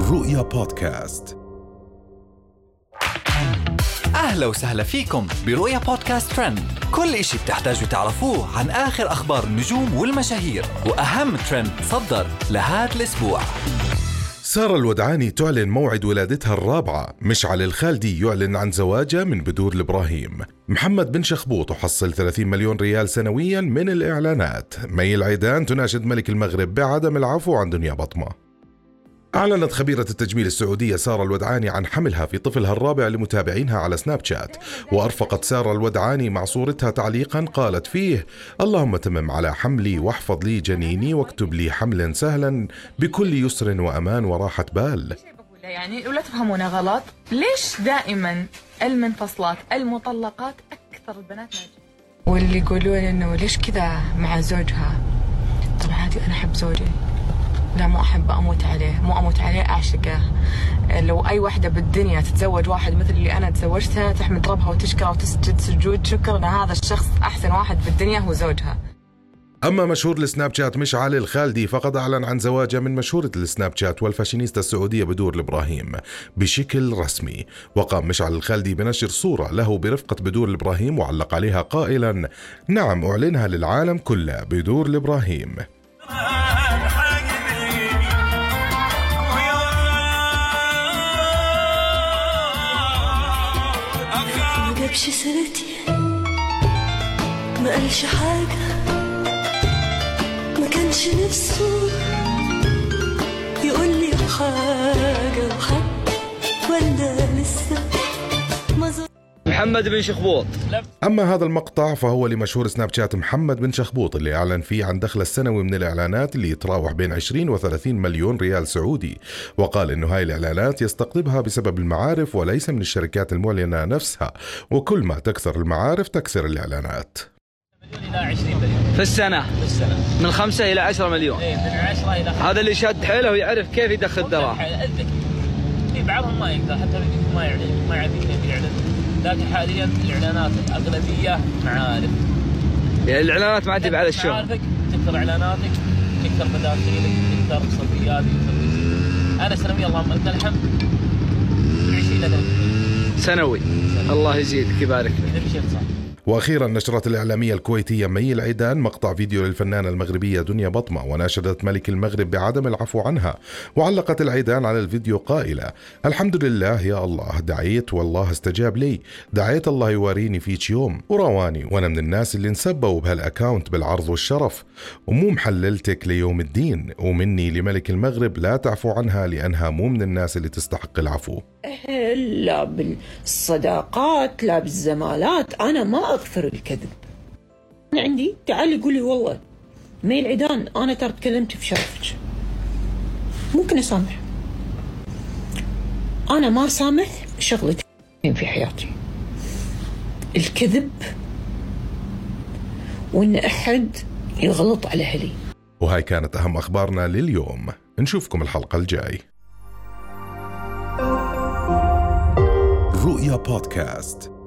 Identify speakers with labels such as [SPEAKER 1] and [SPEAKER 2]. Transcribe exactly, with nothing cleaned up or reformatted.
[SPEAKER 1] رؤيا بودكاست.
[SPEAKER 2] أهلا وسهلا فيكم برؤيا بودكاست ترند، كل إشي بتحتاجوا تعرفوه عن آخر أخبار النجوم والمشاهير وأهم ترند صدر لهذا الأسبوع.
[SPEAKER 1] سارة الودعاني تعلن موعد ولادتها الرابعة. مشعل الخالدي يعلن عن زواجه من بدور الإبراهيم. محمد بن شخبوط يحصل ثلاثين مليون ريال سنويا من الإعلانات. مي العيدان تناشد ملك المغرب بعدم العفو عن دنيا بطمة. أعلنت خبيرة التجميل السعودية سارة الودعاني عن حملها في طفلها الرابع لمتابعينها على سناب شات، وأرفقت سارة الودعاني مع صورتها تعليقا قالت فيه: اللهم تمم على حملي واحفظ لي جنيني واكتب لي حملا سهلا بكل يسر وأمان وراحة بال.
[SPEAKER 3] يعني ولا تفهمونا غلط، ليش دائما المنفصلات المطلقات أكثر البنات ناجحين؟ واللي يقولون إنه ليش كذا مع زوجها، طبعا هذه أنا أحب زوجي، لا مو أحب أموت عليه، مو أموت عليه أعشقه. لو أي واحدة بالدنيا تتزوج واحد مثل اللي أنا تزوجتها تحمد ربها وتشكره وتسجد سجود شكر أن هذا الشخص أحسن واحد بالدنيا هو زوجها.
[SPEAKER 1] أما مشهور السناب شات مشعل الخالدي فقد أعلن عن زواجه من مشهورة السناب شات والفاشينيستا السعودية بدور الإبراهيم بشكل رسمي. وقام مشعل الخالدي بنشر صورة له برفقة بدور الإبراهيم وعلق عليها قائلا: نعم أعلنها للعالم كله، بدور الإبراهيم.
[SPEAKER 4] بشي سنتي ما قالش حاجة، ما كانش نفسه يقول لي حاجة وحد ولا لسه ما زال.
[SPEAKER 5] محمد بن شخبوط.
[SPEAKER 1] أما هذا المقطع فهو لمشهور سناب شات محمد بن شخبوط اللي أعلن فيه عن دخله السنوي من الإعلانات اللي يتراوح بين عشرين وثلاثين مليون ريال سعودي، وقال إنه هاي الإعلانات يستقطبها بسبب المعارف وليس من الشركات المعلنة نفسها، وكل ما تكثر المعارف تكثر الإعلانات.
[SPEAKER 5] إلى عشرين مليون في السنة. في السنة من خمسة إلى عشرة مليون. إيه من عشرة إلى خمسة. هذا اللي شاد حيله ويعرف كيف يدخل دراهم. في بعضهم ما يقدر حتى ما يعلن ما يعرف كيف يعلن، لكن حاليا الإعلانات الأغلبية معارف. يعني الإعلانات ما تبع على الشغل. معارفك تكثر إعلاناتك، تكثر بداخلك، تكثر صفياتك. أنا سنويا اللهم لك الحمد عشرين إلى ثلاثين سنوي. الله يزيدك يبارك لك. إذا مشيت صح.
[SPEAKER 1] وأخيرا نشرت الإعلامية الكويتية مي العيدان مقطع فيديو للفنانة المغربية دنيا بطمة، وناشدت ملك المغرب بعدم العفو عنها. وعلقت العيدان على الفيديو قائلة: الحمد لله يا الله، دعيت والله استجاب لي، دعيت الله يواريني فيك يوم ورواني، وأنا من الناس اللي انسبوا بهالأكاونت بالعرض والشرف، ومو محللتك ليوم الدين، ومني لملك المغرب لا تعفو عنها لأنها مو من الناس اللي تستحق العفو.
[SPEAKER 6] لا بالصداقات لا بالزمالات، أنا ما أغفر الكذب. أنا عندي تعالي قولي والله مي العيدان أنا ترى تكلمت في شرفك، ممكن أسامح. أنا ما سامح شغلتي في حياتي الكذب، وإن أحد يغلط على أهلي.
[SPEAKER 1] وهاي كانت أهم أخبارنا لليوم، نشوفكم الحلقة الجاي. رؤيا بودكاست.